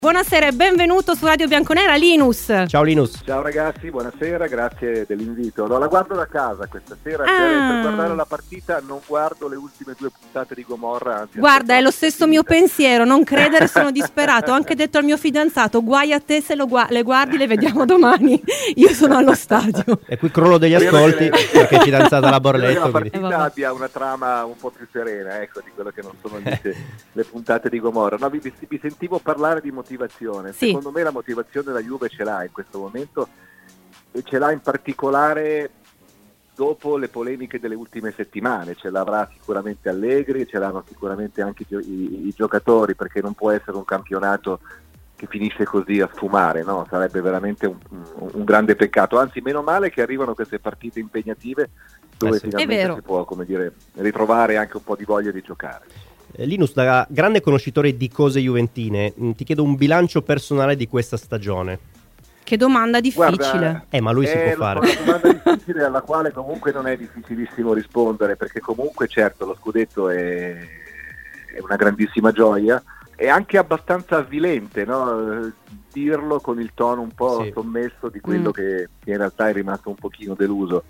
Buonasera e benvenuto su Radio Bianconera, Linus. Ciao Linus. Ciao ragazzi, buonasera, grazie dell'invito. No, la guardo da casa questa sera, per guardare la partita non guardo le ultime 2 puntate di Gomorra. Anzi, guarda, è lo stesso mio pensiero, non credere, sono disperato. Ho anche detto al mio fidanzato, guai a te se le guardi, le vediamo domani. Io sono allo stadio. E qui crollo degli ascolti perché è fidanzata la Borletto. La partita abbia una trama un po' più serena, ecco, di quello che non sono le puntate di Gomorra. No, vi sentivo parlare di motivazione. Sì. Secondo me la motivazione la Juve ce l'ha in questo momento e ce l'ha in particolare dopo le polemiche delle ultime settimane. Ce l'avrà sicuramente Allegri, ce l'hanno sicuramente anche i giocatori, perché non può essere un campionato che finisce così a sfumare, no? Sarebbe veramente un grande peccato, anzi meno male che arrivano queste partite impegnative dove finalmente si può, come dire, ritrovare anche un po' di voglia di giocare. Linus, da grande conoscitore di cose juventine, ti chiedo un bilancio personale di questa stagione. Che domanda difficile. Guarda, ma lui si può fare. È una domanda difficile alla quale comunque non è difficilissimo rispondere, perché comunque certo lo scudetto è una grandissima gioia, è anche abbastanza avvilente, no? Dirlo con il tono un po' sommesso di quello che in realtà è rimasto un pochino deluso.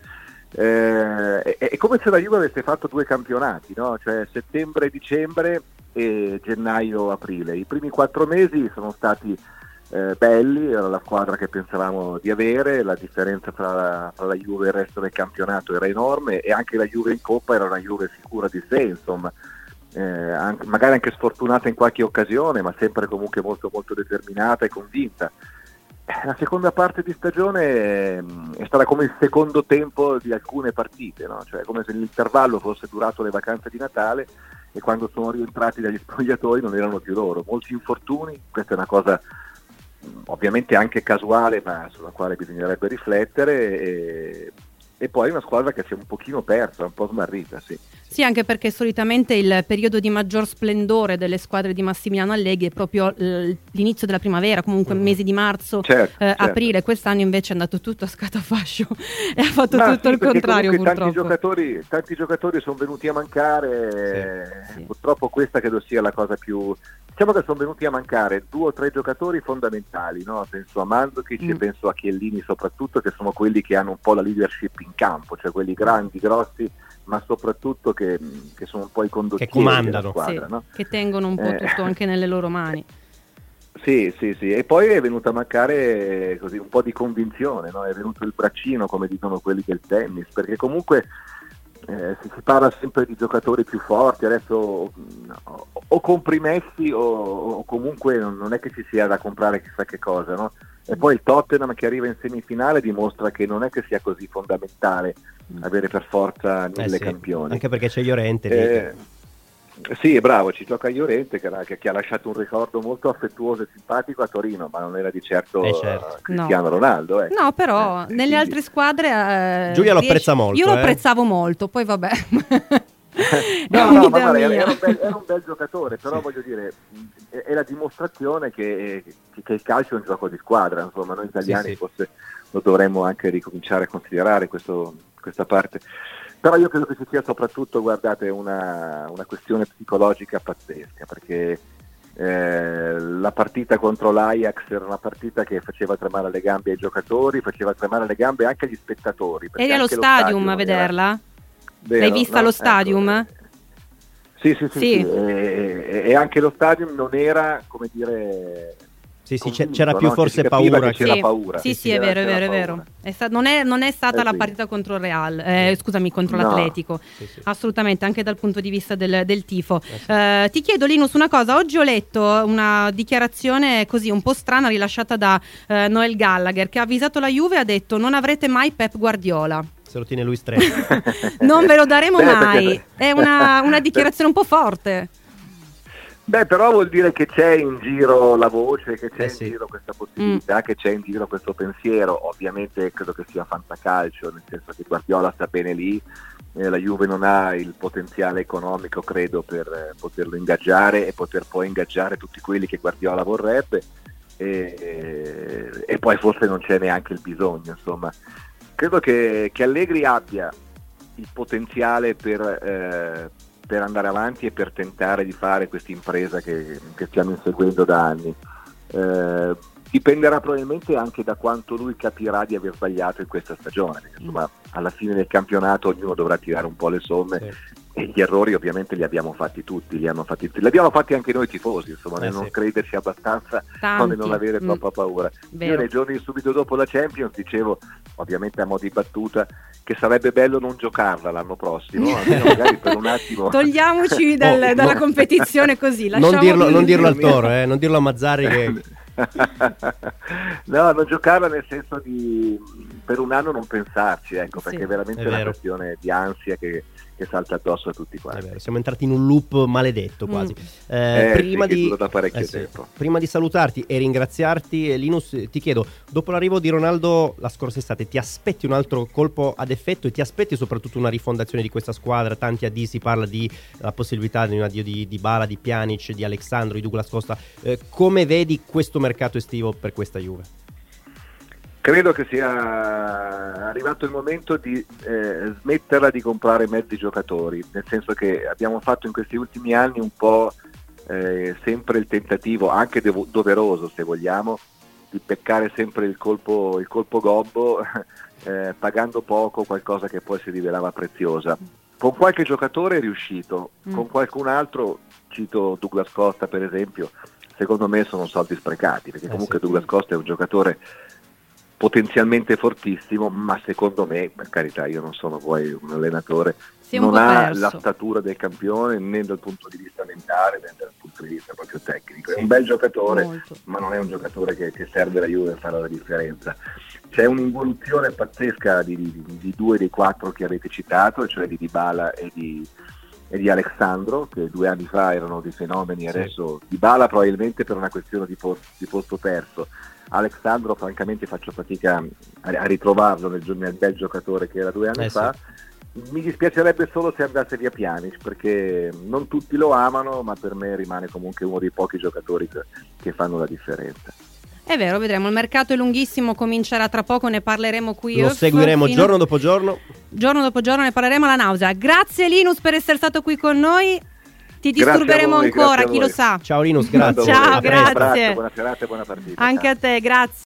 È come se la Juve avesse fatto 2 campionati, no? Cioè settembre-dicembre e gennaio-aprile. I primi 4 mesi sono stati belli, era la squadra che pensavamo di avere, la differenza tra la Juve e il resto del campionato era enorme e anche la Juve in Coppa era una Juve sicura di sé, insomma, magari anche sfortunata in qualche occasione, ma sempre comunque molto molto determinata e convinta. La seconda parte di stagione è stata come il secondo tempo di alcune partite, no? Cioè come se l'intervallo fosse durato le vacanze di Natale e quando sono rientrati dagli spogliatoi non erano più loro. Molti infortuni, questa è una cosa ovviamente anche casuale, ma sulla quale bisognerebbe riflettere, e poi una squadra che si è un pochino persa, un po' smarrita, sì. Sì, anche perché solitamente il periodo di maggior splendore delle squadre di Massimiliano Allegri è proprio l'inizio della primavera, comunque mesi di marzo, certo. Aprile. Quest'anno invece è andato tutto a scatafascio e ha fatto tutto il contrario, purtroppo. Tanti giocatori sono venuti a mancare, purtroppo questa credo sia la cosa più... Diciamo che sono venuti a mancare 2 o 3 giocatori fondamentali, no? Penso a Mandzukic e penso a Chiellini soprattutto, che sono quelli che hanno un po' la leadership in campo, cioè quelli grandi, grossi, ma soprattutto che sono un po' i condottieri, che comandano, della squadra, no? Che tengono un po' tutto anche nelle loro mani. Sì, e poi è venuto a mancare così un po' di convinzione, no? È venuto il braccino, come dicono quelli del tennis, perché comunque si parla sempre di giocatori più forti, adesso o comprimessi o comunque non è che ci sia da comprare chissà che cosa, no? E poi il Tottenham che arriva in semifinale dimostra che non è che sia così fondamentale avere per forza 1000 campioni. Anche perché c'è Llorente. Sì, bravo, ci gioca Llorente che ha lasciato un ricordo molto affettuoso e simpatico a Torino, ma non era di certo Cristiano Ronaldo. No, però nelle altre squadre Giulia lo apprezza molto. Io lo apprezzavo molto, poi vabbè. No, ma guarda, era un bel giocatore, però voglio dire, è la dimostrazione che il calcio è un gioco di squadra, insomma, noi italiani forse lo dovremmo anche ricominciare a considerare questa parte. Però io credo che ci sia soprattutto, guardate, una questione psicologica pazzesca, perché la partita contro l'Ajax era una partita che faceva tremare le gambe ai giocatori, faceva tremare le gambe anche agli spettatori. Eri allo stadium a vederla? Vero, l'hai vista allo stadium? Ecco. Sì. E anche lo stadium non era, come dire... c'era più forse paura. C'era paura. Sì, è vero. Non è stata la partita contro il Real, scusami, contro l'Atletico. Sì. Assolutamente, anche dal punto di vista del tifo. Ti chiedo, Linus, una cosa. Oggi ho letto una dichiarazione così un po' strana rilasciata da Noel Gallagher, che ha avvisato la Juve e ha detto: non avrete mai Pep Guardiola. Se lo tiene lui stretto. Non ve lo daremo mai. È una dichiarazione un po' forte. Beh, però vuol dire che c'è in giro la voce, che c'è in giro questa possibilità, che c'è in giro questo pensiero. Ovviamente credo che sia fantacalcio, nel senso che Guardiola sta bene lì, la Juve non ha il potenziale economico, credo, per poterlo ingaggiare e poter poi ingaggiare tutti quelli che Guardiola vorrebbe, e poi forse non c'è neanche il bisogno, insomma. Credo che Allegri abbia il potenziale per andare avanti e per tentare di fare questa impresa che stiamo inseguendo da anni. Dipenderà probabilmente anche da quanto lui capirà di aver sbagliato in questa stagione, perché insomma alla fine del campionato ognuno dovrà tirare un po' le somme, e gli errori ovviamente li abbiamo fatti tutti, li abbiamo fatti anche noi tifosi, insomma, nel non crederci abbastanza, nel non avere troppa paura. Io nei giorni subito dopo la Champions dicevo, ovviamente a mo' di battuta, che sarebbe bello non giocarla l'anno prossimo, almeno magari per un attimo. Togliamoci dalla competizione così. Non dirlo al Toro, non dirlo a Mazzarri che... No, non giocarla nel senso di per un anno non pensarci, ecco, perché è veramente una questione di ansia che salta addosso a tutti quanti. Siamo entrati in un loop maledetto quasi. Prima di salutarti e ringraziarti, Linus, ti chiedo, dopo l'arrivo di Ronaldo la scorsa estate, ti aspetti un altro colpo ad effetto e ti aspetti soprattutto una rifondazione di questa squadra? Tanti addii, si parla di la possibilità di un addio di Dybala, di Pjanic, di Alexandro, di Douglas Costa. Come vedi questo mercato estivo per questa Juve? Credo che sia arrivato il momento di smetterla di comprare mezzi giocatori, nel senso che abbiamo fatto in questi ultimi anni un po' sempre il tentativo, anche doveroso se vogliamo, di peccare sempre il colpo gobbo, pagando poco qualcosa che poi si rivelava preziosa. Con qualche giocatore è riuscito, con qualcun altro, cito Douglas Costa per esempio, secondo me sono soldi sprecati, perché comunque Douglas Costa è un giocatore potenzialmente fortissimo, ma secondo me, per carità, io non sono poi un allenatore, non ha la statura del campione né dal punto di vista mentale né dal punto di vista proprio tecnico. È un bel giocatore, ma non è un giocatore che serve la Juve a fare la differenza. C'è un'involuzione pazzesca di due dei quattro che avete citato, cioè di Dybala e di Alexandro, che 2 anni fa erano dei fenomeni, adesso Dybala probabilmente per una questione di posto perso. Alexandro francamente faccio fatica a ritrovarlo nel bel giocatore che era 2 anni fa. Mi dispiacerebbe solo se andasse via Pjanic, perché non tutti lo amano, ma per me rimane comunque uno dei pochi giocatori che fanno la differenza. È vero, vedremo, il mercato è lunghissimo, comincerà tra poco, ne parleremo qui. Lo seguiremo giorno dopo giorno. Giorno dopo giorno ne parleremo alla nausea. Grazie Linus per essere stato qui con noi. Ti disturberemo ancora, chi lo sa. Ciao Linus, grazie. Ciao, grazie. Buona serata e buona partita. Anche a te, grazie.